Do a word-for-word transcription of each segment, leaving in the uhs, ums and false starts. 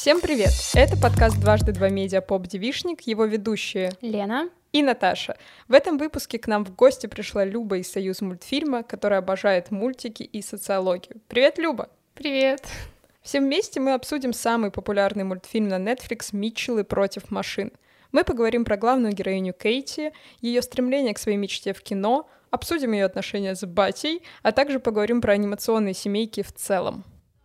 Всем привет! Это подкаст «Дважды два медиа поп-девишник», его ведущие Лена и Наташа. В этом выпуске к нам в гости пришла Люба из Союз мультфильма, которая обожает мультики и социологию. Привет, Люба! Привет! Все вместе мы обсудим самый популярный мультфильм на Netflix «Митчеллы против машин». Мы поговорим про главную героиню Кейти, ее стремление к своей мечте в кино, обсудим ее отношения с батей, а также поговорим про анимационные семейки в целом.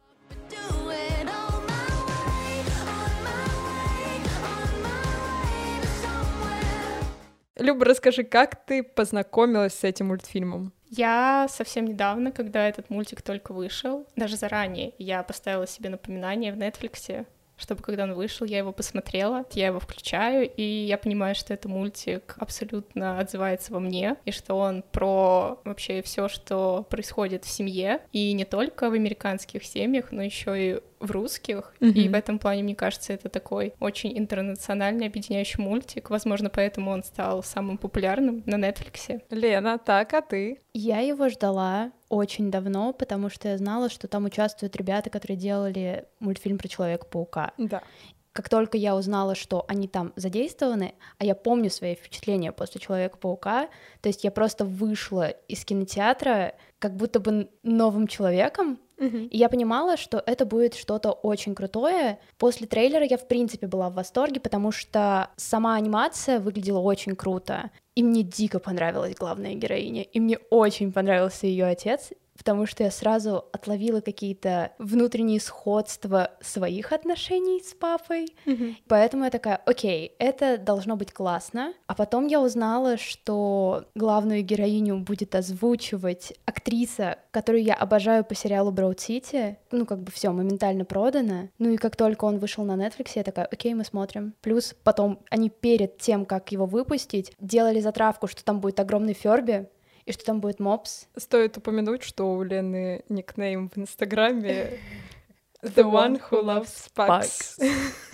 Люба, расскажи, как ты познакомилась с этим мультфильмом? Я совсем недавно, когда этот мультик только вышел, даже заранее, я поставила себе напоминание в Netflix, чтобы когда он вышел, я его посмотрела, я его включаю, и я понимаю, что этот мультик абсолютно отзывается во мне, и что он про вообще все, что происходит в семье, и не только в американских семьях, но еще и в русских, mm-hmm. и в этом плане, мне кажется, это такой очень интернациональный объединяющий мультик, возможно, поэтому он стал самым популярным на Netflix. Лена, так, а ты? Я его ждала очень давно, потому что я знала, что там участвуют ребята, которые делали мультфильм про Человека-паука. Да. Как только я узнала, что они там задействованы, а я помню свои впечатления после Человека-паука, то есть я просто вышла из кинотеатра как будто бы новым человеком, mm-hmm. и я понимала, что это будет что-то очень крутое. После трейлера я, в принципе, была в восторге, потому что сама анимация выглядела очень круто, и мне дико понравилась главная героиня, и мне очень понравился ее отец, потому что я сразу отловила какие-то внутренние сходства своих отношений с папой. Mm-hmm. Поэтому я такая, окей, это должно быть классно. А потом я узнала, что главную героиню будет озвучивать актриса, которую я обожаю по сериалу Броуд-Сити. Ну, как бы все моментально продано. Ну и как только он вышел на Netflix, я такая, окей, мы смотрим. Плюс потом они перед тем, как его выпустить, делали затравку, что там будет огромный Фёрби, и что там будет мопс. Стоит упомянуть, что у Лены никнейм в Инстаграме The one who loves Sparks.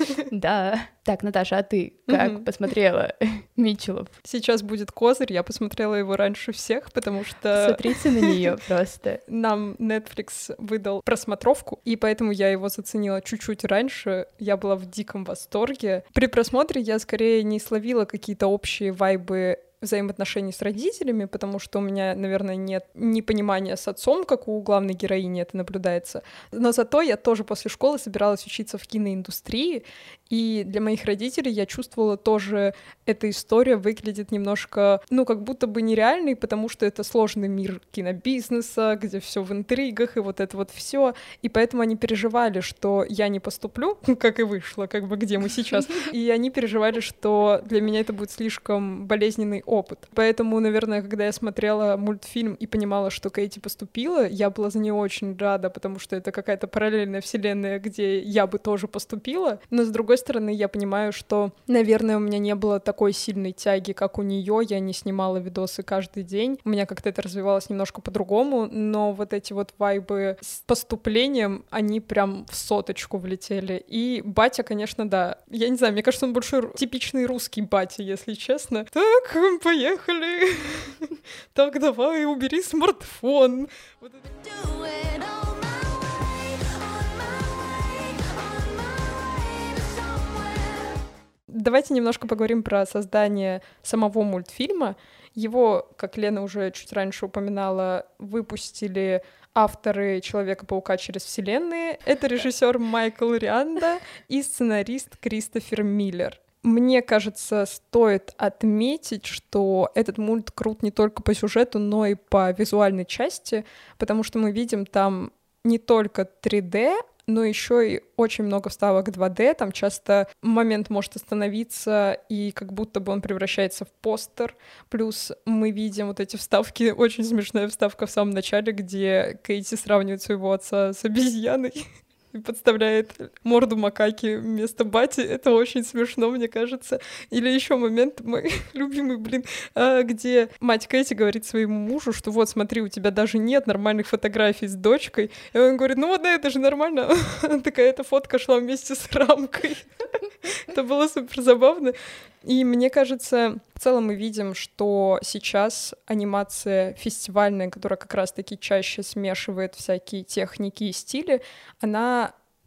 Да. Так, Наташа, а ты как посмотрела Митчеллов? Сейчас будет козырь, я посмотрела его раньше всех, потому что... Смотрите на нее просто. Нам Netflix выдал просмотровку, и поэтому я его заценила чуть-чуть раньше. Я была в диком восторге. При просмотре я скорее не словила какие-то общие вайбы взаимоотношений с родителями, потому что у меня, наверное, нет непонимания с отцом, как у главной героини это наблюдается. Но зато я тоже после школы собиралась учиться в киноиндустрии, и для моих родителей я чувствовала тоже, эта история выглядит немножко, ну, как будто бы нереальной, потому что это сложный мир кинобизнеса, где все в интригах, и вот это вот все, и поэтому они переживали, что я не поступлю, как и вышло, как бы где мы сейчас, и они переживали, что для меня это будет слишком болезненный опыт. Поэтому, наверное, когда я смотрела мультфильм и понимала, что Кейти поступила, я была за нее очень рада, потому что это какая-то параллельная вселенная, где я бы тоже поступила. Но, с другой стороны, я понимаю, что, наверное, у меня не было такой сильной тяги, как у нее. Я не снимала видосы каждый день. У меня как-то это развивалось немножко по-другому, но вот эти вот вайбы с поступлением, они прям в соточку влетели. И батя, конечно, да. Я не знаю, мне кажется, он больше типичный русский батя, если честно. Так, поехали. Так, давай, убери смартфон. Вот это... Давайте немножко поговорим про создание самого мультфильма. Его, как Лена уже чуть раньше упоминала, выпустили авторы Человека-паука через вселенные. Это режиссер Майкл Рианда и сценарист Кристофер Миллер. Мне кажется, стоит отметить, что этот мульт крут не только по сюжету, но и по визуальной части, потому что мы видим там не только три дэ, но еще и очень много вставок два дэ, там часто момент может остановиться, и как будто бы он превращается в постер, плюс мы видим вот эти вставки, очень смешная вставка в самом начале, где Кейти сравнивает своего отца с обезьяной и подставляет морду макаки вместо бати. Это очень смешно, мне кажется. Или еще момент мой любимый, блин, где мать Кэти говорит своему мужу, что вот, смотри, у тебя даже нет нормальных фотографий с дочкой. И он говорит, ну вот, да, это же нормально. Такая эта фотка шла вместе с рамкой. Это было супер забавно. И мне кажется, в целом мы видим, что сейчас анимация фестивальная, которая как раз-таки чаще смешивает всякие техники и стили, она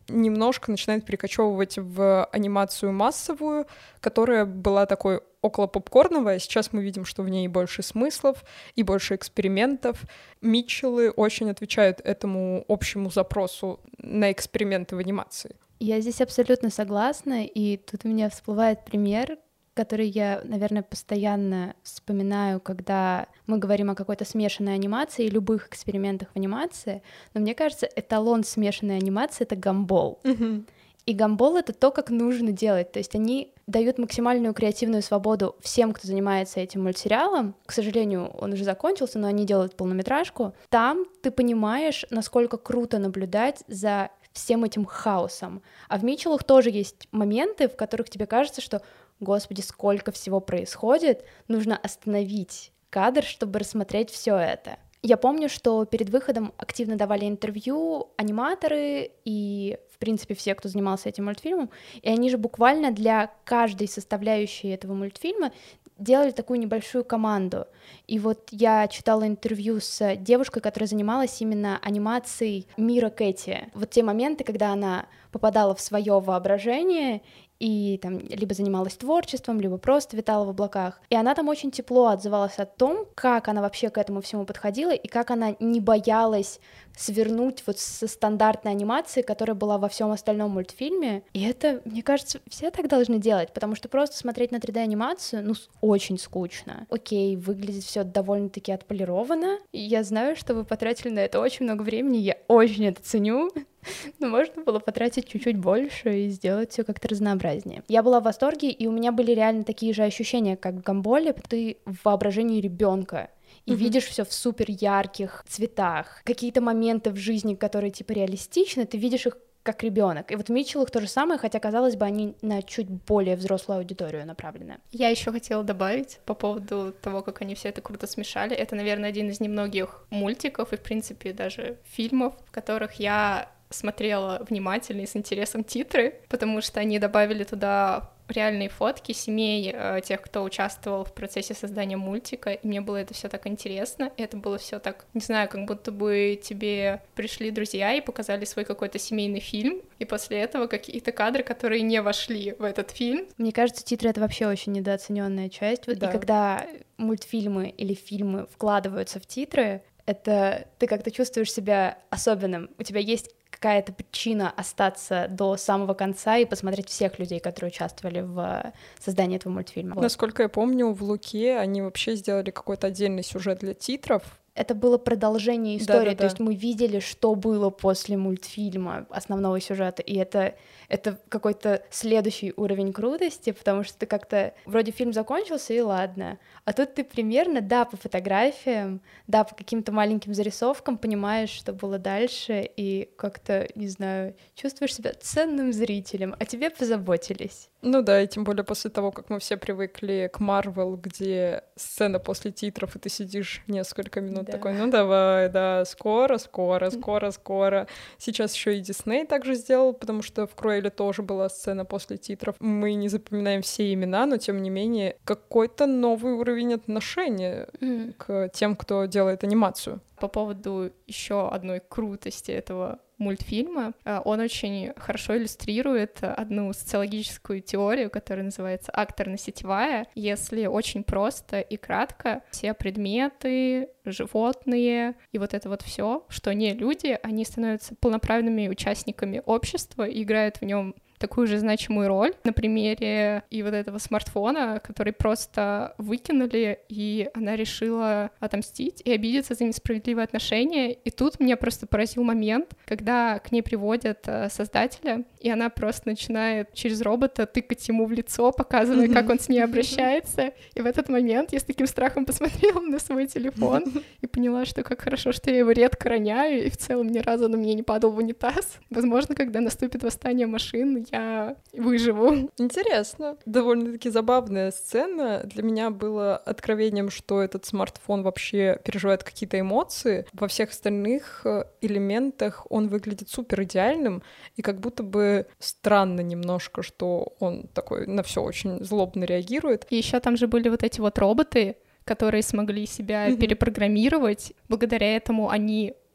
немножко начинает перекочевывать в анимацию массовую, которая была такой около попкорновая. Сейчас мы видим, что в ней больше смыслов и больше экспериментов. Митчеллы очень отвечают этому общему запросу на эксперименты в анимации. Я здесь абсолютно согласна, и тут у меня всплывает пример, который я, наверное, постоянно вспоминаю, когда мы говорим о какой-то смешанной анимации и любых экспериментах в анимации, но мне кажется, эталон смешанной анимации — это Гамбол. Mm-hmm. И Гамбол — это то, как нужно делать, то есть они дают максимальную креативную свободу всем, кто занимается этим мультсериалом. К сожалению, он уже закончился, но они делают полнометражку. Там ты понимаешь, насколько круто наблюдать за всем этим хаосом. А в Митчеллах тоже есть моменты, в которых тебе кажется, что «Господи, сколько всего происходит, нужно остановить кадр, чтобы рассмотреть все это». Я помню, что перед выходом активно давали интервью аниматоры и, в принципе, все, кто занимался этим мультфильмом, и они же буквально для каждой составляющей этого мультфильма делали такую небольшую команду. И вот я читала интервью с девушкой, которая занималась именно анимацией мира Кэти. Вот те моменты, когда она попадала в свое воображение и там либо занималась творчеством, либо просто витала в облаках. И она там очень тепло отзывалась о том, как она вообще к этому всему подходила и как она не боялась свернуть вот со стандартной анимации, которая была во всем остальном мультфильме. И это, мне кажется, все так должны делать, потому что просто смотреть на три дэ-анимацию, ну, очень скучно. Окей, выглядит все довольно-таки отполировано. И я знаю, что вы потратили на это очень много времени, я очень это ценю. Но можно было потратить чуть-чуть больше и сделать все как-то разнообразнее. Я была в восторге, и у меня были реально такие же ощущения, как в Гамболе. Ты в воображении ребенка и mm-hmm. видишь все в супер ярких цветах. Какие-то моменты в жизни, которые типа реалистичны, ты видишь их как ребенок. И вот в Митчеллах то же самое, хотя, казалось бы, они на чуть более взрослую аудиторию направлены. Я еще хотела добавить по поводу того, как они все это круто смешали. Это, наверное, один из немногих мультиков и, в принципе, даже фильмов, в которых я смотрела внимательно и с интересом титры, потому что они добавили туда реальные фотки семей э, тех, кто участвовал в процессе создания мультика, и мне было это все так интересно, и это было все так, не знаю, как будто бы тебе пришли друзья и показали свой какой-то семейный фильм, и после этого какие-то кадры, которые не вошли в этот фильм. Мне кажется, титры — это вообще очень недооцененная часть, да. И когда мультфильмы или фильмы вкладываются в титры, это ты как-то чувствуешь себя особенным, у тебя есть какая-то причина остаться до самого конца и посмотреть всех людей, которые участвовали в создании этого мультфильма. Насколько я помню, в «Луке» они вообще сделали какой-то отдельный сюжет для титров. Это было продолжение истории, Да-да-да. То есть мы видели, что было после мультфильма, основного сюжета, и это, это какой-то следующий уровень крутости, потому что ты как-то... Вроде фильм закончился, и ладно. А тут ты примерно, да, по фотографиям, да, по каким-то маленьким зарисовкам понимаешь, что было дальше, и как-то, не знаю, чувствуешь себя ценным зрителем, о тебе позаботились. Ну да, и тем более после того, как мы все привыкли к Marvel, где сцена после титров, и ты сидишь несколько минут да. такой, ну давай, да, скоро, скоро, скоро, скоро. Сейчас еще и Дисней также сделал, потому что в Круэлле тоже была сцена после титров. Мы не запоминаем все имена, но тем не менее какой-то новый уровень отношения mm. к тем, кто делает анимацию. По поводу еще одной крутости этого мультфильма, он очень хорошо иллюстрирует одну социологическую теорию, которая называется акторно-сетевая. Если очень просто и кратко, все предметы, животные и вот это вот все, что не люди, они становятся полноправными участниками общества и играют в нем такую же значимую роль. На примере и вот этого смартфона, который просто выкинули, и она решила отомстить и обидеться за несправедливые отношения. И тут меня просто поразил момент, когда к ней приводят создателя, и она просто начинает через робота тыкать ему в лицо, показывая, как он с ней обращается. И в этот момент я с таким страхом посмотрела на свой телефон и поняла, что как хорошо, что я его редко роняю, и в целом ни разу он у меня не падал в унитаз. Возможно, когда наступит восстание машин, я выживу. Интересно. Довольно-таки забавная сцена. Для меня было откровением, что этот смартфон вообще переживает какие-то эмоции. Во всех остальных элементах он выглядит супер идеальным, и как будто бы странно немножко, что он такой на все очень злобно реагирует. И еще там же были вот эти вот роботы, которые смогли себя mm-hmm. перепрограммировать. Благодаря этому они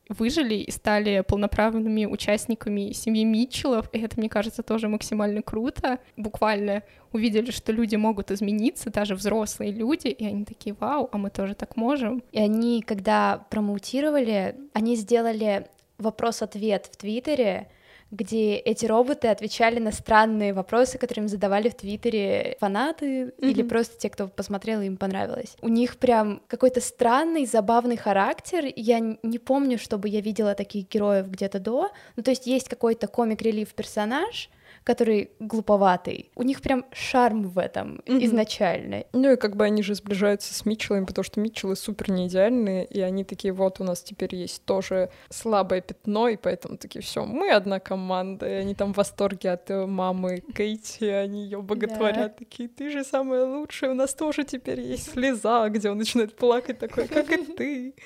выжили и стали полноправными участниками семьи Митчеллов, и это, мне кажется, тоже максимально круто. Буквально увидели, что люди могут измениться, даже взрослые люди, и они такие: вау, а мы тоже так можем. И они, когда промоутировали, они сделали вопрос-ответ в Твиттере, где эти роботы отвечали на странные вопросы, которые им задавали в Твиттере фанаты mm-hmm. или просто те, кто посмотрел и им понравилось. У них прям какой-то странный, забавный характер. Я не помню, чтобы я видела таких героев где-то до. Ну, то есть есть какой-то комик-релив персонаж, который глуповатый. У них прям шарм в этом mm-hmm. изначально. Ну и как бы они же сближаются с Митчеллами, потому что Митчеллы супер неидеальные, и они такие: вот у нас теперь есть тоже слабое пятно, и поэтому такие: все, мы одна команда. И они там в восторге от мамы Кейти, они ее боготворят, yeah. такие: ты же самая лучшая, у нас тоже теперь есть слеза, где он начинает плакать такой: как и ты.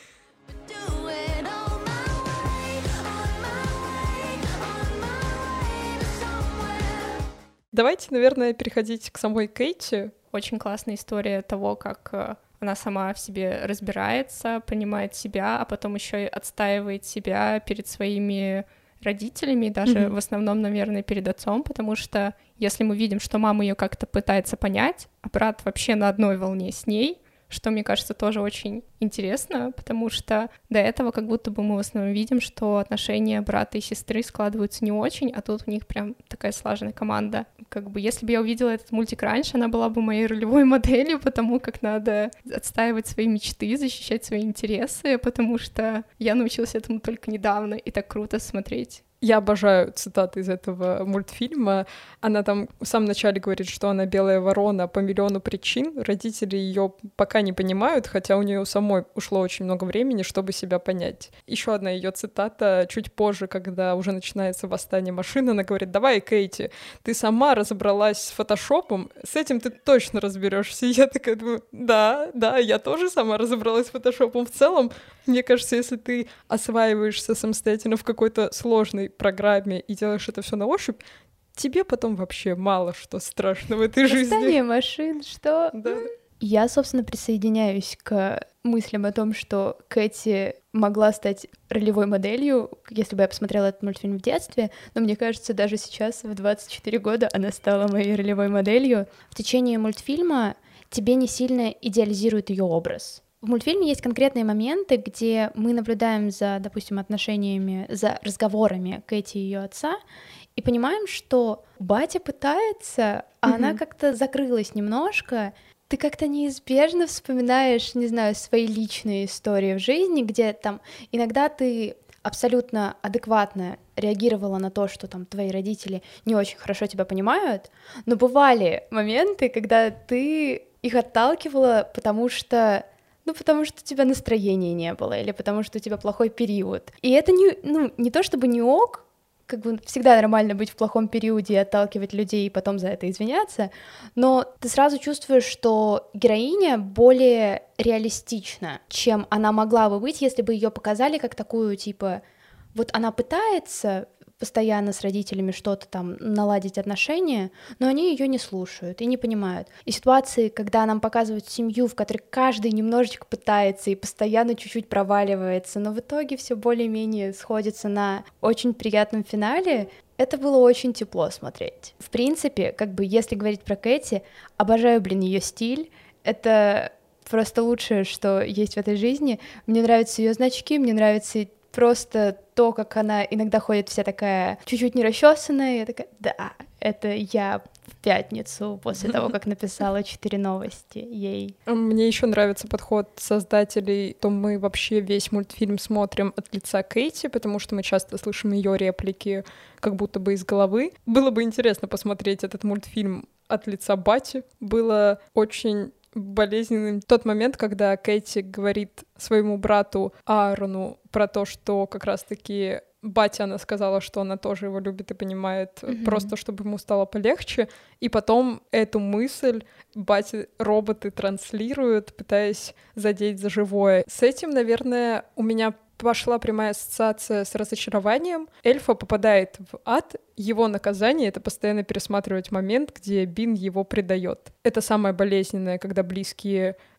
Давайте, наверное, переходить к самой Кейти. Очень классная история того, как она сама в себе разбирается, принимает себя, а потом еще и отстаивает себя перед своими родителями, даже mm-hmm. в основном, наверное, перед отцом, потому что если мы видим, что мама ее как-то пытается понять, а брат вообще на одной волне с ней, что, мне кажется, тоже очень интересно, потому что до этого как будто бы мы в основном видим, что отношения брата и сестры складываются не очень, а тут у них прям такая слаженная команда. Как бы если бы я увидела этот мультик раньше, она была бы моей ролевой моделью, потому как надо отстаивать свои мечты, защищать свои интересы, потому что я научилась этому только недавно, и так круто смотреть. Я обожаю цитаты из этого мультфильма. Она там в самом начале говорит, что она белая ворона по миллиону причин. Родители ее пока не понимают, хотя у нее самой ушло очень много времени, чтобы себя понять. Еще одна ее цитата чуть позже, когда уже начинается восстание машин, она говорит: давай, Кейти, ты сама разобралась с фотошопом, с этим ты точно разберешься. И я такая думаю: да, да, я тоже сама разобралась с фотошопом. В целом, мне кажется, если ты осваиваешься самостоятельно в какой-то сложной программе и делаешь это все на ощупь, тебе потом вообще мало что страшно в этой жизни. Восстание машин, что? Да. Я, собственно, присоединяюсь к мыслям о том, что Кэти могла стать ролевой моделью, если бы я посмотрела этот мультфильм в детстве, но мне кажется, даже сейчас, в двадцать четыре года, она стала моей ролевой моделью. В течение мультфильма тебе не сильно идеализирует ее образ. В мультфильме есть конкретные моменты, где мы наблюдаем за, допустим, отношениями, за разговорами Кэти и ее отца, и понимаем, что батя пытается, а mm-hmm. она как-то закрылась немножко. Ты как-то неизбежно вспоминаешь, не знаю, свои личные истории в жизни, где там иногда ты абсолютно адекватно реагировала на то, что там твои родители не очень хорошо тебя понимают, но бывали моменты, когда ты их отталкивала, потому что Ну, потому что у тебя настроения не было, или потому что у тебя плохой период. И это не, ну, не то чтобы не ок, как бы всегда нормально быть в плохом периоде и отталкивать людей, и потом за это извиняться, но ты сразу чувствуешь, что героиня более реалистична, чем она могла бы быть, если бы ее показали как такую, типа, вот она пытается постоянно с родителями что-то там наладить отношения, но они ее не слушают и не понимают. И ситуации, когда нам показывают семью, в которой каждый немножечко пытается и постоянно чуть-чуть проваливается, но в итоге все более-менее сходится на очень приятном финале, это было очень тепло смотреть. В принципе, как бы, если говорить про Кэти, обожаю, блин, ее стиль. Это просто лучшее, что есть в этой жизни. Мне нравятся ее значки, мне нравится просто то, как она иногда ходит вся такая чуть-чуть нерасчесанная, я такая: да, это я в пятницу после того, как написала четыре новости, ей. Мне еще нравится подход создателей, то мы вообще весь мультфильм смотрим от лица Кейти, потому что мы часто слышим ее реплики как будто бы из головы. Было бы интересно посмотреть этот мультфильм от лица Бати. Было очень болезненным тот момент, когда Кэти говорит своему брату Аарону про то, что как раз-таки батя, она сказала, что она тоже его любит и понимает, mm-hmm. просто чтобы ему стало полегче, и потом эту мысль батя-роботы транслируют, пытаясь задеть за живое. С этим, наверное, у меня пошла прямая ассоциация с разочарованием. Эльфа попадает в ад, его наказание — это постоянно пересматривать момент, где Бин его предает. Это самое болезненное, когда близкие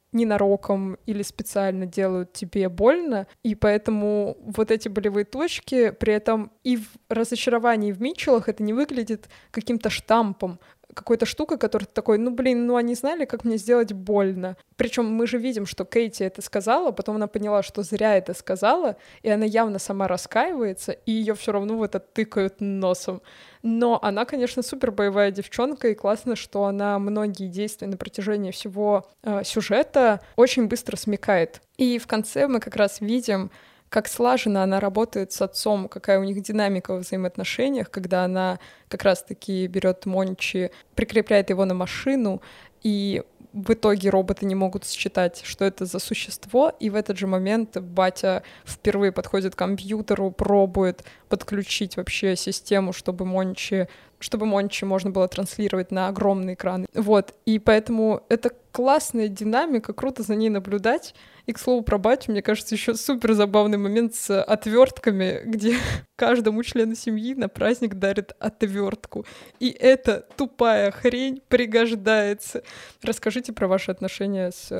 ненароком или специально делают тебе больно, и поэтому вот эти болевые точки, при этом и в разочаровании в Митчеллах это не выглядит каким-то штампом, какой-то штукой, которая такой, ну, блин, ну, они знали, как мне сделать больно. Причем мы же видим, что Кейти это сказала, потом она поняла, что зря это сказала, и она явно сама раскаивается, и ее все равно в это тыкают носом. Но она, конечно, супер боевая девчонка, и классно, что она многие действия на протяжении всего э, сюжета очень быстро смекает. И в конце мы как раз видим, как слаженно она работает с отцом, какая у них динамика в взаимоотношениях, когда она как раз-таки берет Мончи, прикрепляет его на машину, и в итоге роботы не могут считать, что это за существо, и в этот же момент батя впервые подходит к компьютеру, пробует подключить вообще систему, чтобы Мончи, чтобы Мончи можно было транслировать на огромный экран. Вот, и поэтому это классная динамика, круто за ней наблюдать. И, к слову, про батю, мне кажется, еще супер забавный момент с отвертками, где каждому члену семьи на праздник дарят отвертку. И эта тупая хрень пригождается. Расскажите про ваши отношения с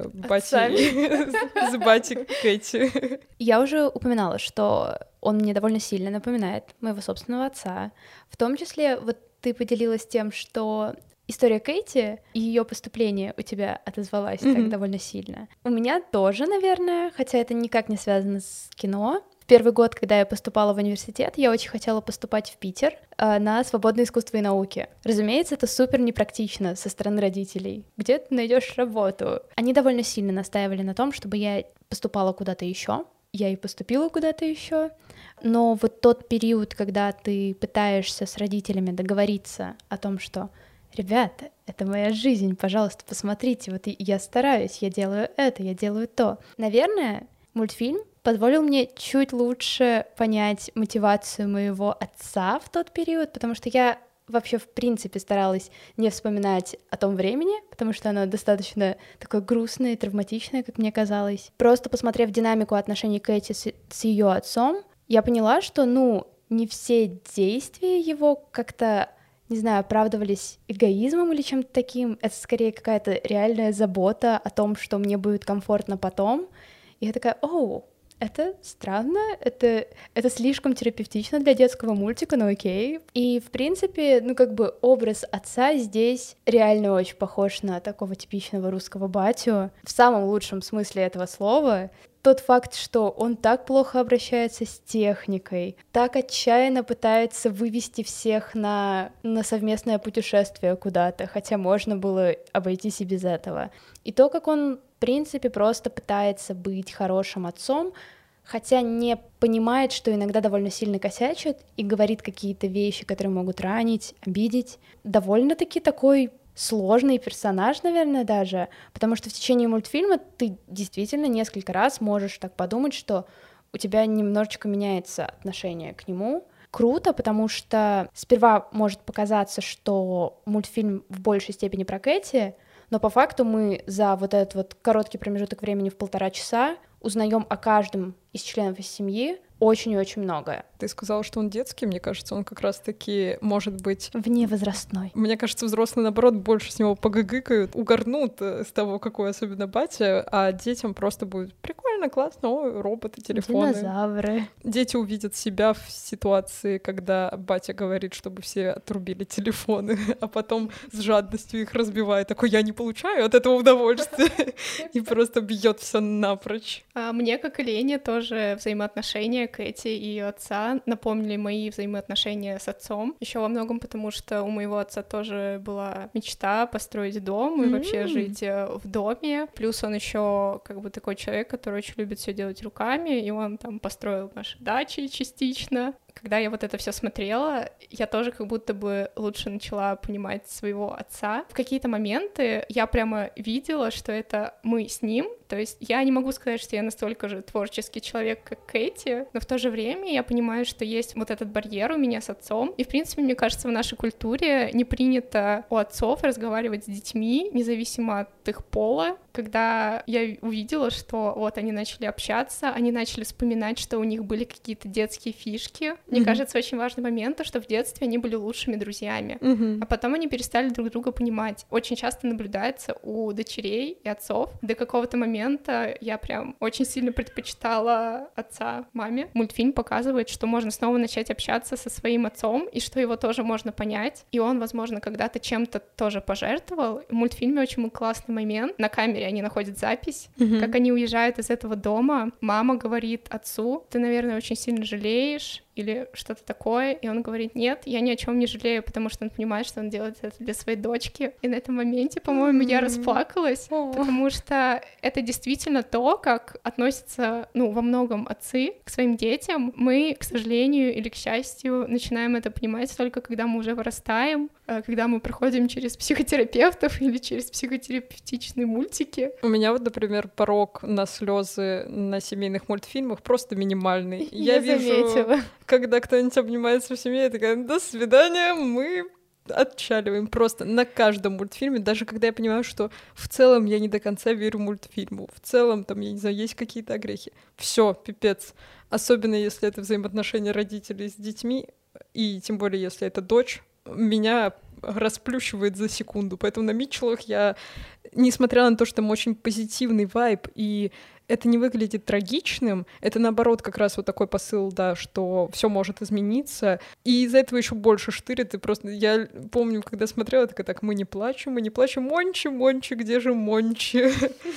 батей, с батей Кэти. Я уже упоминала, что он мне довольно сильно напоминает моего собственного отца. В том числе, вот ты поделилась тем, что история Кейти и ее поступление у тебя отозвалась mm-hmm. так довольно сильно. У меня тоже, наверное, хотя это никак не связано с кино. В первый год, когда я поступала в университет, я очень хотела поступать в Питер э, на свободное искусство и науки. Разумеется, это супер непрактично со стороны родителей. Где ты найдешь работу? Они довольно сильно настаивали на том, чтобы я поступала куда-то еще. Я и поступила куда-то еще. Но вот тот период, когда ты пытаешься с родителями договориться о том, что ребята, это моя жизнь, пожалуйста, посмотрите, вот я стараюсь, я делаю это, я делаю то. Наверное, мультфильм позволил мне чуть лучше понять мотивацию моего отца в тот период, потому что я вообще, в принципе, старалась не вспоминать о том времени, потому что оно достаточно такое грустное и травматичное, как мне казалось. Просто посмотрев динамику отношений Кэти с, с ее отцом, я поняла, что, ну, не все действия его как-то, не знаю, оправдывались эгоизмом или чем-то таким. Это скорее какая-то реальная забота о том, что мне будет комфортно потом. И я такая, оу, это странно, это, это слишком терапевтично для детского мультика, но окей. И, в принципе, ну, как бы образ отца здесь реально очень похож на такого типичного русского батю, в самом лучшем смысле этого слова. Тот факт, что он так плохо обращается с техникой, так отчаянно пытается вывести всех на, на совместное путешествие куда-то, хотя можно было обойтись и без этого. И то, как он, в принципе, просто пытается быть хорошим отцом, хотя не понимает, что иногда довольно сильно косячит и говорит какие-то вещи, которые могут ранить, обидеть. Довольно-таки такой сложный персонаж, наверное, даже, потому что в течение мультфильма ты действительно несколько раз можешь так подумать, что у тебя немножечко меняется отношение к нему. Круто, потому что сперва может показаться, что мультфильм в большей степени про Кэти, но по факту мы за вот этот вот короткий промежуток времени в полтора часа узнаем о каждом из членов из семьи очень и очень многое. Ты сказала, что он детский, мне кажется, он как раз-таки может быть... Вневозрастной. Мне кажется, взрослые, наоборот, больше с него погыгыкают, угорнут с того, какой особенно батя, а детям просто будет прикольно, классно, о, роботы, телефоны. Динозавры. Дети увидят себя в ситуации, когда батя говорит, чтобы все отрубили телефоны, а потом с жадностью их разбивает. Такой, я не получаю от этого удовольствия. И просто бьет все напрочь. А мне, как и Лене, тоже взаимоотношения Кэти и ее отца напомнили мои взаимоотношения с отцом. Еще во многом потому, что у моего отца тоже была мечта построить дом и mm-hmm. вообще жить в доме. Плюс он еще как бы такой человек, который очень любит все делать руками, и он там построил наши дачи частично. Когда я вот это все смотрела, я тоже как будто бы лучше начала понимать своего отца. В какие-то моменты я прямо видела, что это мы с ним. То есть я не могу сказать, что я настолько же творческий человек, как Кэти, но в то же время я понимаю, что есть вот этот барьер у меня с отцом. И, в принципе, мне кажется, в нашей культуре не принято у отцов разговаривать с детьми, независимо от их пола. Когда я увидела, что вот они начали общаться, они начали вспоминать, что у них были какие-то детские фишки. Mm-hmm. Мне кажется, очень важный момент, то, что в детстве они были лучшими друзьями, mm-hmm. а потом они перестали друг друга понимать. Очень часто наблюдается у дочерей и отцов. До какого-то момента я прям очень сильно предпочитала отца маме. Мультфильм показывает, что можно снова начать общаться со своим отцом, и что его тоже можно понять, и он, возможно, когда-то чем-то тоже пожертвовал. В мультфильме очень классный момент. На камере они находят запись, mm-hmm. как они уезжают из этого дома. Мама говорит отцу: ты, наверное, очень сильно жалеешь, или что-то такое, и он говорит: нет, я ни о чем не жалею, потому что он понимает, что он делает это для своей дочки. И на этом моменте, по-моему, mm-hmm. я расплакалась, oh. потому что это действительно то, как относятся, ну, во многом отцы к своим детям. Мы, к сожалению или к счастью, начинаем это понимать только когда мы уже вырастаем, когда мы проходим через психотерапевтов или через психотерапевтичные мультики. У меня вот, например, порог на слезы на семейных мультфильмах просто минимальный. Я, я вижу... заметила. Когда кто-нибудь обнимается в семье, я такая: до свидания, мы отчаливаем просто на каждом мультфильме, даже когда я понимаю, что в целом я не до конца верю мультфильму, в целом там, я не знаю, есть какие-то огрехи. Все, пипец. Особенно если это взаимоотношения родителей с детьми, и тем более если это дочь, меня расплющивает за секунду. Поэтому на Митчеллах я, несмотря на то, что там очень позитивный вайб, и это не выглядит трагичным, это наоборот как раз вот такой посыл, да, что все может измениться, и из-за этого еще больше штырит, и просто я помню, когда смотрела, такая: так, мы не плачем, мы не плачем, Мончи, Мончи, где же Мончи?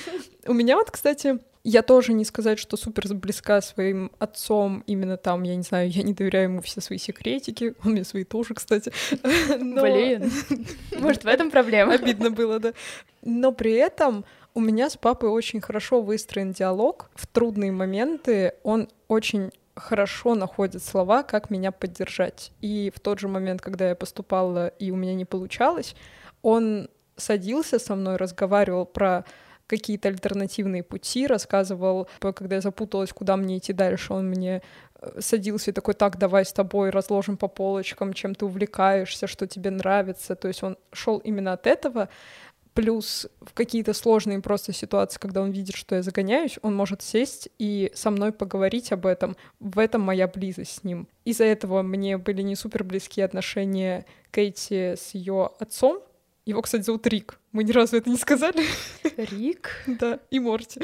У меня вот, кстати, я тоже не сказать, что супер близка своим отцом, именно там, я не знаю, я не доверяю ему все свои секретики, он мне свои тоже, кстати. Но... Блин, может, в этом проблема? Обидно было, да. Но при этом у меня с папой очень хорошо выстроен диалог. В трудные моменты он очень хорошо находит слова, как меня поддержать. И в тот же момент, когда я поступала и у меня не получалось, он садился со мной, разговаривал про какие-то альтернативные пути, рассказывал, когда я запуталась, куда мне идти дальше, он мне садился и такой: так, давай с тобой разложим по полочкам, чем ты увлекаешься, что тебе нравится. То есть он шел именно от этого. Плюс в какие-то сложные просто ситуации, когда он видит, что я загоняюсь, он может сесть и со мной поговорить об этом. В этом моя близость с ним. Из-за этого мне были не супер близкие отношения Кейти с ее отцом. Его, кстати, зовут Рик. Мы ни разу это не сказали. Рик? Да, и Морти.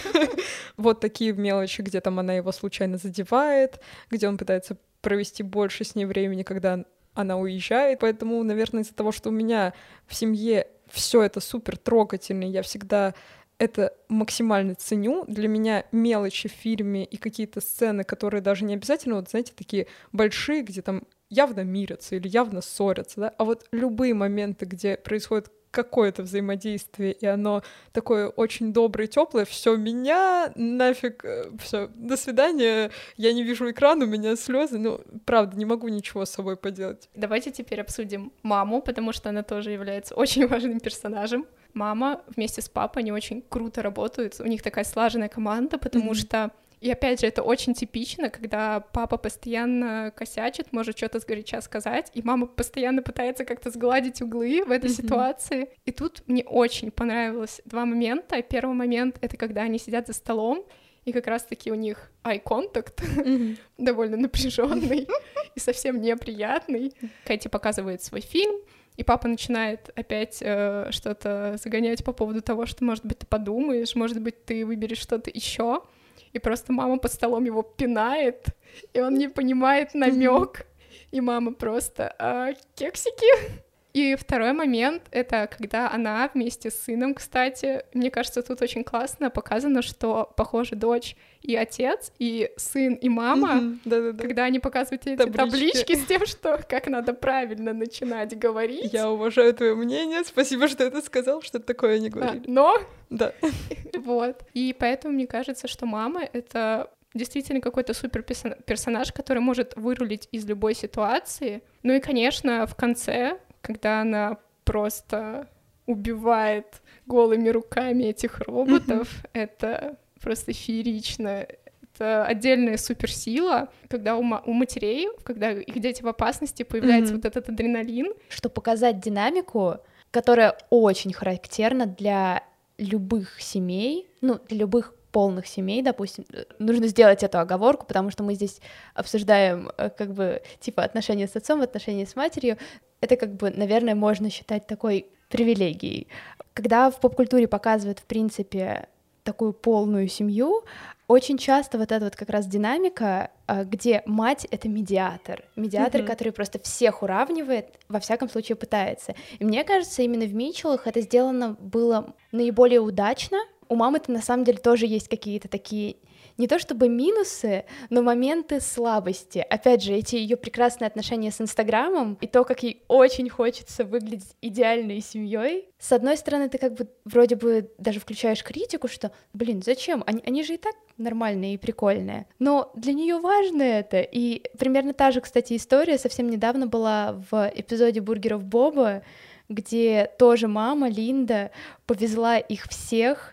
Вот такие мелочи, где там она его случайно задевает, где он пытается провести больше с ней времени, когда она уезжает. Поэтому, наверное, из-за того, что у меня в семье все это супер трогательно, я всегда это максимально ценю. Для меня мелочи в фильме и какие-то сцены, которые даже не обязательно, вот знаете, такие большие, где там явно мирятся или явно ссорятся, да, а вот любые моменты, где происходит какое-то взаимодействие, и оно такое очень доброе, теплое, все, меня нафиг, все, до свидания, я не вижу экран, у меня слезы, ну, правда, не могу ничего с собой поделать. Давайте теперь обсудим маму, потому что она тоже является очень важным персонажем. Мама вместе с папой, они очень круто работают, у них такая слаженная команда, потому mm-hmm. что и опять же, это очень типично, когда папа постоянно косячит, может что-то сгоряча сказать, и мама постоянно пытается как-то сгладить углы в этой mm-hmm. ситуации. И тут мне очень понравилось два момента. Первый момент — это когда они сидят за столом, и как раз-таки у них eye contact mm-hmm. довольно напряженный и совсем неприятный. Кэти показывает свой фильм, и папа начинает опять э, что-то загонять по поводу того, что, может быть, ты подумаешь, может быть, ты выберешь что-то еще. И просто мама под столом его пинает, и он не понимает намек. И мама просто: а, кексики. И второй момент — это когда она вместе с сыном, кстати, мне кажется, тут очень классно показано, что, похоже, дочь и отец, и сын, и мама, mm-hmm. да-да-да. Когда они показывают эти таблички. таблички с тем, что как надо правильно начинать говорить. Я уважаю твое мнение, спасибо, что ты сказал, что такое не говорили. А, но... Да. Вот. И поэтому мне кажется, что мама — это действительно какой-то супер персонаж, который может вырулить из любой ситуации. Ну и, конечно, в конце, когда она просто убивает голыми руками этих роботов, mm-hmm. это просто феерично. Это отдельная суперсила, когда у, ма- у матерей, когда их дети в опасности, появляется mm-hmm. вот этот адреналин. Чтобы показать динамику, которая очень характерна для любых семей, ну, для любых полных семей, допустим, нужно сделать эту оговорку, потому что мы здесь обсуждаем как бы типа отношения с отцом, отношения с матерью. Это как бы, наверное, можно считать такой привилегией. Когда в поп-культуре показывают, в принципе, такую полную семью, очень часто вот эта вот как раз динамика, где мать — это медиатор, медиатор, mm-hmm. который просто всех уравнивает, во всяком случае пытается. И мне кажется, именно в Митчеллах это сделано было наиболее удачно. У мамы-то на самом деле тоже есть какие-то такие, не то чтобы минусы, но моменты слабости. Опять же, эти ее прекрасные отношения с Инстаграмом и то, как ей очень хочется выглядеть идеальной семьей. С одной стороны, ты как бы вроде бы даже включаешь критику, что, блин, зачем? Они, они же и так нормальные и прикольные. Но для нее важно это. И примерно та же, кстати, история совсем недавно была в эпизоде «Бургеров Боба», где тоже мама, Линда, повезла их всех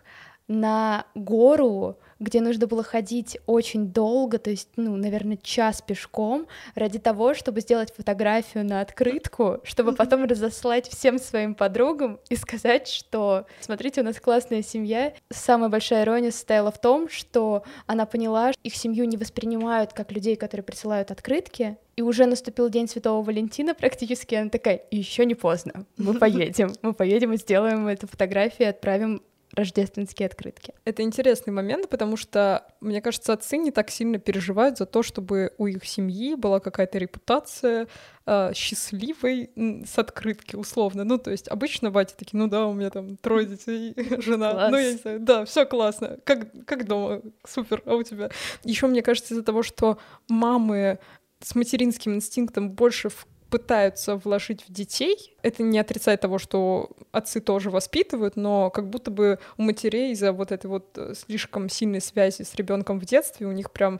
на гору, где нужно было ходить очень долго, то есть, ну, наверное, час пешком, ради того, чтобы сделать фотографию на открытку, чтобы потом разослать всем своим подругам и сказать, что, смотрите, у нас классная семья. Самая большая ирония состояла в том, что она поняла, что их семью не воспринимают как людей, которые присылают открытки, и уже наступил День Святого Валентина практически, она такая: еще не поздно, мы поедем, мы поедем и сделаем эту фотографию и отправим рождественские открытки. Это интересный момент, потому что, мне кажется, отцы не так сильно переживают за то, чтобы у их семьи была какая-то репутация э, счастливой с открытки, условно. Ну, то есть обычно батя такие: ну да, у меня там трое детей, жена, Класс. ну, я не знаю, да, все классно, как, как дома, супер, а у тебя? Еще мне кажется, из-за того, что мамы с материнским инстинктом больше в пытаются вложить в детей. Это не отрицает того, что отцы тоже воспитывают, но как будто бы у матерей из-за вот этой вот слишком сильной связи с ребенком в детстве у них прям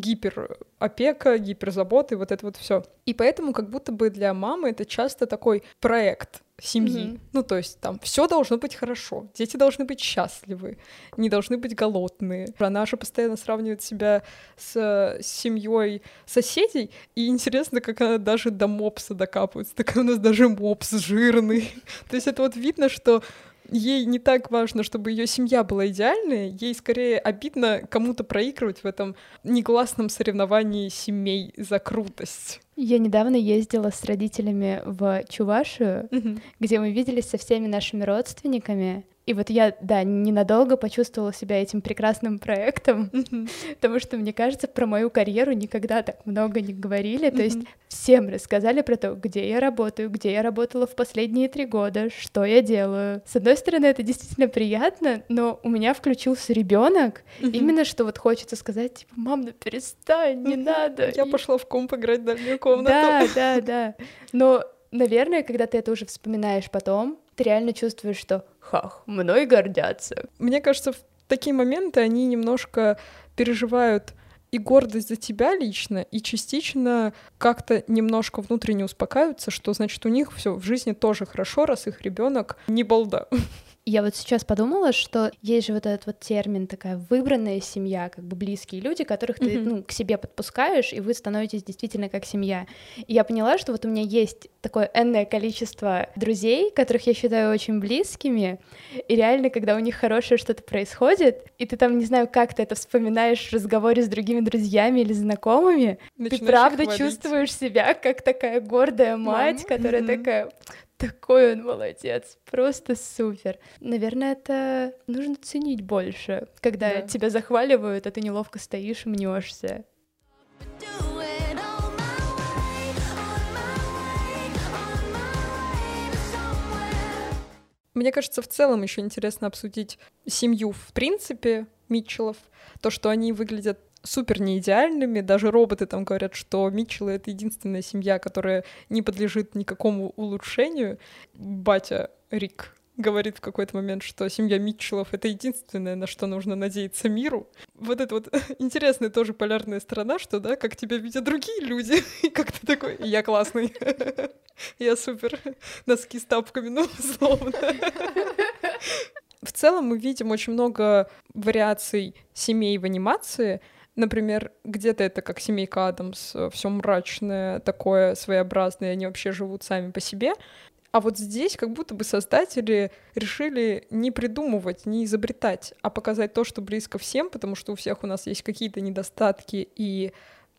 гиперопека, гиперзабота и вот это вот все. И поэтому как будто бы для мамы это часто такой проект семьи. Mm-hmm. Ну, то есть там все должно быть хорошо, дети должны быть счастливы, не должны быть голодные. Она же постоянно сравнивает себя с, с семьей соседей, и интересно, как она даже до мопса докапывается. Такая: у нас даже мопс жирный. То есть это вот видно, что ей не так важно, чтобы ее семья была идеальной, ей скорее обидно кому-то проигрывать в этом негласном соревновании семей за крутость. Я недавно ездила с родителями в Чувашию, mm-hmm. где мы виделись со всеми нашими родственниками. И вот я, да, ненадолго почувствовала себя этим прекрасным проектом, mm-hmm. потому что, мне кажется, про мою карьеру никогда так много не говорили. Mm-hmm. То есть всем рассказали про то, где я работаю, где я работала в последние три года, что я делаю. С одной стороны, это действительно приятно, но у меня включился ребенок, mm-hmm. именно что вот хочется сказать, типа: мам, ну перестань, не mm-hmm. надо. Я и... пошла в комп играть в дальнюю комнату. Да, да, да. Но, наверное, когда ты это уже вспоминаешь потом, ты реально чувствуешь, что хах, мной гордятся. Мне кажется, в такие моменты они немножко переживают и гордость за тебя лично, и частично как-то немножко внутренне успокаиваются, что, значит, у них все в жизни тоже хорошо, раз их ребенок не балда. Я вот сейчас подумала, что есть же вот этот вот термин, такая выбранная семья, как бы близкие люди, которых ты, mm-hmm. ну, к себе подпускаешь, и вы становитесь действительно как семья. И я поняла, что вот у меня есть такое энное количество друзей, которых я считаю очень близкими, и реально, когда у них хорошее что-то происходит, и ты там, не знаю, как ты это вспоминаешь в разговоре с другими друзьями или знакомыми, начинаешь ты правда чувствуешь себя как такая гордая мать, Мам. которая mm-hmm. такая... Такой он молодец, просто супер. Наверное, это нужно ценить больше, когда да. тебя захваливают, а ты неловко стоишь и мнешься. Мне кажется, в целом еще интересно обсудить семью в принципе Митчеллов, то, что они выглядят супер неидеальными, даже роботы там говорят, что Митчеллы — это единственная семья, которая не подлежит никакому улучшению. Батя Рик говорит в какой-то момент, что семья Митчеллов — это единственное, на что нужно надеяться миру. Вот это вот интересная тоже полярная сторона, что, да, как тебя видят другие люди, и как ты такой: я классный, я супер, носки с тапками, ну, условно. В целом мы видим очень много вариаций семей в анимации. Например, где-то это как семейка Адамс, все мрачное, такое своеобразное, они вообще живут сами по себе. А вот здесь как будто бы создатели решили не придумывать, не изобретать, а показать то, что близко всем, потому что у всех у нас есть какие-то недостатки и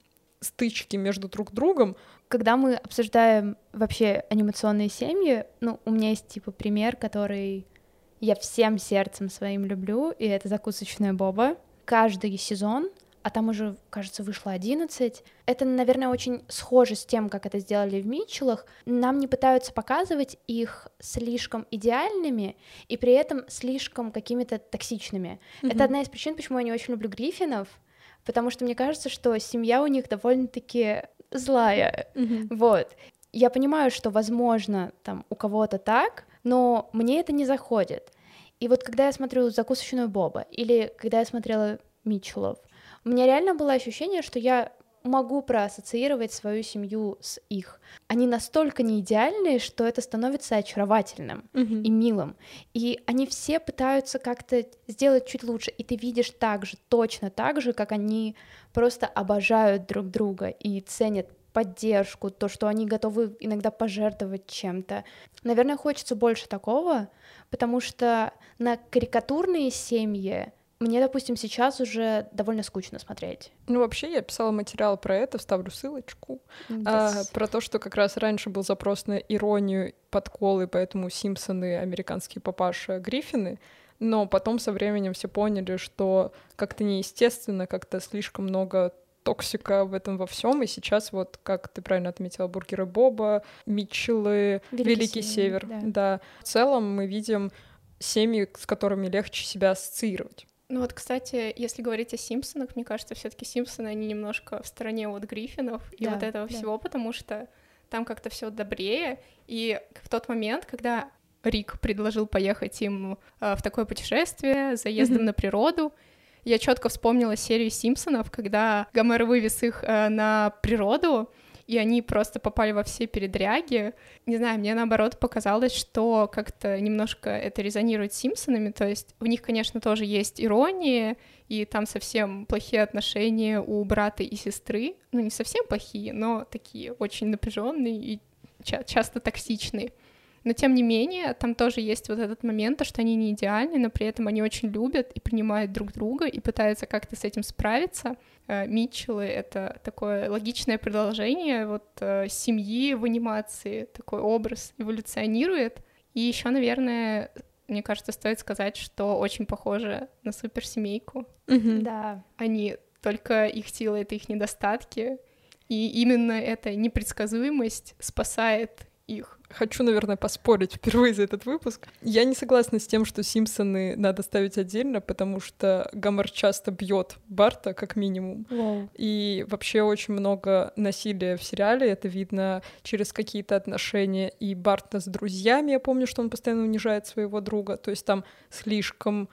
стычки между друг другом. Когда мы обсуждаем вообще анимационные семьи, ну, у меня есть, типа, пример, который я всем сердцем своим люблю, и это «Закусочная Боба». Каждый сезон, а там уже, кажется, вышло одиннадцать. Это, наверное, очень схоже с тем, как это сделали в «Митчеллах». Нам не пытаются показывать их слишком идеальными и при этом слишком какими-то токсичными. Mm-hmm. Это одна из причин, почему я не очень люблю Гриффинов, потому что мне кажется, что семья у них довольно-таки злая. Mm-hmm. Вот. Я понимаю, что, возможно, там у кого-то так, но мне это не заходит. И вот когда я смотрю «Закусочную Боба» или когда я смотрела «Митчеллов», у меня реально было ощущение, что я могу проассоциировать свою семью с их. Они настолько не идеальные, что это становится очаровательным mm-hmm. и милым. И они все пытаются как-то сделать чуть лучше. И ты видишь так же, точно так же, как они просто обожают друг друга и ценят поддержку, то, что они готовы иногда пожертвовать чем-то. Наверное, хочется больше такого, потому что на карикатурные семьи мне, допустим, сейчас уже довольно скучно смотреть. Ну, вообще, я писала материал про это, вставлю ссылочку, yes. а, про то, что как раз раньше был запрос на иронию, подколы, поэтому Симпсоны, американские папаши, Гриффины, но потом со временем все поняли, что как-то неестественно, как-то слишком много токсика в этом во всем, и сейчас вот, как ты правильно отметила, бургеры Боба, Митчеллы, Великий, Великий Север, Север. Да. да. В целом мы видим семьи, с которыми легче себя ассоциировать. Ну вот, кстати, если говорить о Симпсонах, мне кажется, все-таки Симпсоны, они немножко в стороне от Гриффинов и да, вот этого да. всего, потому что там как-то все добрее. И в тот момент, когда Рик предложил поехать им э, в такое путешествие с заездом mm-hmm. на природу, я четко вспомнила серию Симпсонов, когда Гомер вывез их э, на природу, и они просто попали во все передряги. Не знаю, мне наоборот показалось, что как-то немножко это резонирует с Симпсонами, то есть в них, конечно, тоже есть ирония, и там совсем плохие отношения у брата и сестры, ну не совсем плохие, но такие очень напряженные и ча- часто токсичные. Но, тем не менее, там тоже есть вот этот момент, что они не идеальны, но при этом они очень любят и принимают друг друга и пытаются как-то с этим справиться. Митчеллы — это такое логичное продолжение вот семьи в анимации, такой образ эволюционирует. И еще, наверное, мне кажется, стоит сказать, что очень похоже на суперсемейку. Mm-hmm. Да. Они, только их сила — это их недостатки, и именно эта непредсказуемость спасает их. Хочу, наверное, поспорить впервые за этот выпуск. Я не согласна с тем, что Симпсоны надо ставить отдельно, потому что Гомер часто бьет Барта, как минимум. Wow. И вообще очень много насилия в сериале. Это видно через какие-то отношения. И Барта с друзьями, я помню, что он постоянно унижает своего друга. То есть там слишком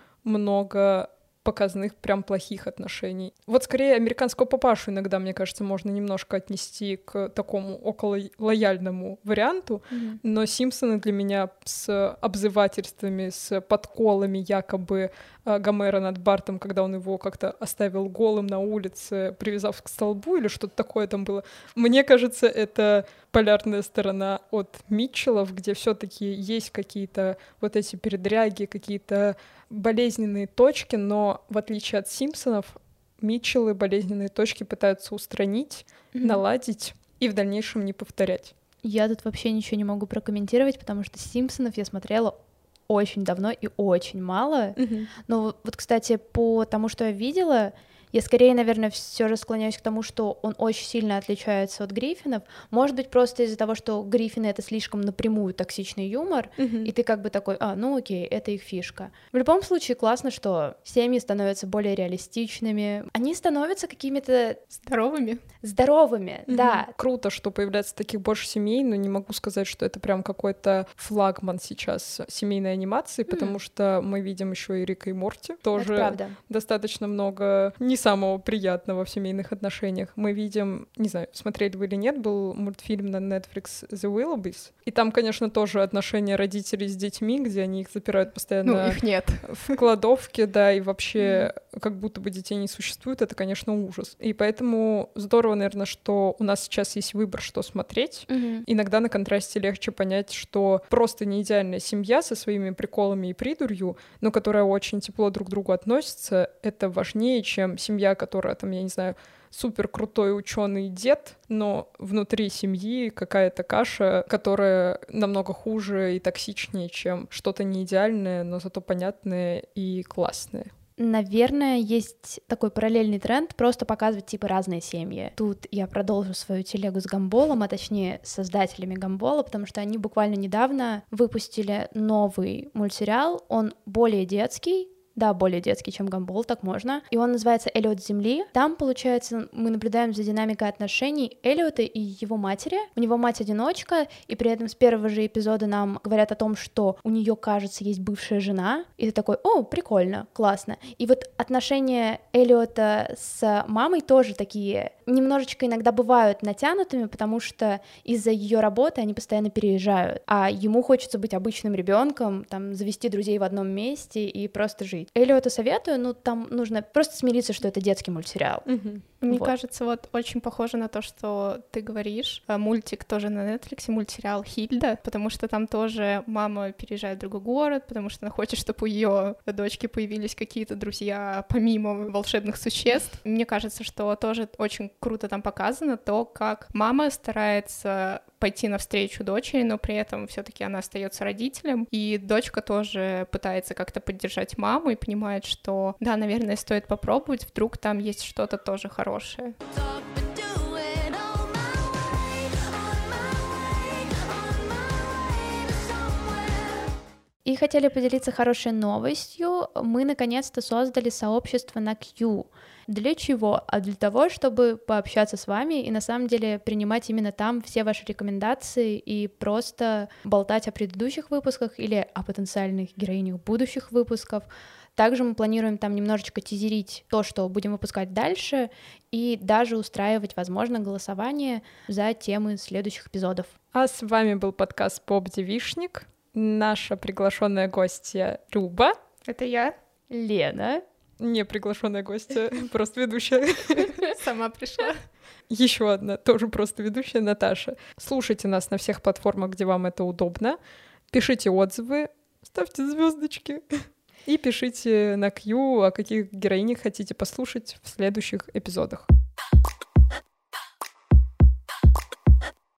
много показанных прям плохих отношений. Вот скорее американского папашу иногда, мне кажется, можно немножко отнести к такому около лояльному варианту, mm-hmm. но Симпсоны для меня с обзывательствами, с подколами якобы Гомера над Бартом, когда он его как-то оставил голым на улице, привязав к столбу или что-то такое там было. Мне кажется, это полярная сторона от Митчеллов, где все-таки есть какие-то вот эти передряги, какие-то болезненные точки, но в отличие от Симпсонов, Митчеллы болезненные точки пытаются устранить, mm-hmm. наладить и в дальнейшем не повторять. Я тут вообще ничего не могу прокомментировать, потому что Симпсонов я смотрела очень давно и очень мало. Mm-hmm. Но вот, кстати, по тому, что я видела, я скорее, наверное, все же склоняюсь к тому, что он очень сильно отличается от Гриффинов. Может быть, просто из-за того, что Гриффины — это слишком напрямую токсичный юмор, mm-hmm. и ты как бы такой, а, ну окей, это их фишка. В любом случае, классно, что семьи становятся более реалистичными. Они становятся какими-то... Здоровыми. Здоровыми, mm-hmm. да. Круто, что появляется таких больше семей, но не могу сказать, что это прям какой-то флагман сейчас семейной анимации, mm-hmm. потому что мы видим еще и Рика и Морти. Тоже достаточно много не самого приятного в семейных отношениях. Мы видим, не знаю, смотрели вы или нет, был мультфильм на Netflix The Willoughbys, и там, конечно, тоже отношения родителей с детьми, где они их запирают постоянно ну, их нет. в кладовке, да, и вообще как будто бы детей не существует, это, конечно, ужас. И поэтому здорово, наверное, что у нас сейчас есть выбор, что смотреть. Мгм. Иногда на контрасте легче понять, что просто не идеальная семья со своими приколами и придурью, но которая очень тепло друг к другу относится, это важнее, чем семья, которая там, я не знаю, супер крутой ученый дед, но внутри семьи какая-то каша, которая намного хуже и токсичнее, чем что-то неидеальное, но зато понятное и классное. Наверное, есть такой параллельный тренд просто показывать типа разные семьи. Тут я продолжу свою телегу с Гамболом, а точнее с создателями Гамбола, потому что они буквально недавно выпустили новый мультсериал, он более детский, да, более детский, чем Гамбол, так можно. И он называется «Эллиот с Земли». Там, получается, мы наблюдаем за динамикой отношений Эллиота и его матери. У него мать-одиночка, и при этом с первого же эпизода нам говорят о том, что у нее, кажется, есть бывшая жена. И ты такой: о, прикольно, классно. И вот отношения Эллиота с мамой тоже такие немножечко иногда бывают натянутыми, потому что из-за ее работы они постоянно переезжают, а ему хочется быть обычным ребенком, там, завести друзей в одном месте и просто жить. Эллиота советую, но там нужно просто смириться, что это детский мультсериал. Мгм. Мне Вот. кажется, вот очень похоже на то, что ты говоришь. А, Мультик тоже на Netflix, мультсериал «Хильда», потому что там тоже мама переезжает в другой город, потому что она хочет, чтобы у ее дочки появились какие-то друзья помимо волшебных существ. Мне кажется, что тоже очень круто там показано то, как мама старается пойти навстречу дочери, но при этом все-таки она остается родителем, и дочка тоже пытается как-то поддержать маму и понимает, что да, наверное, стоит попробовать, вдруг там есть что-то тоже хорошее. И хотели поделиться хорошей новостью. Мы наконец-то создали сообщество на Q. Для чего? А для того, чтобы пообщаться с вами и на самом деле принимать именно там все ваши рекомендации и просто болтать о предыдущих выпусках или о потенциальных героинях будущих выпусков. Также мы планируем там немножечко тизерить то, что будем выпускать дальше, и даже устраивать, возможно, голосование за темы следующих эпизодов. А с вами был подкаст «Поп-девишник». Наша приглашенная гостья Люба. Это я Лена. Не приглашенная гостья, просто ведущая. сама пришла. Еще одна, тоже просто ведущая, Наташа. Слушайте нас на всех платформах, где вам это удобно. Пишите отзывы, ставьте звездочки. И пишите на Q, о каких героинях хотите послушать в следующих эпизодах.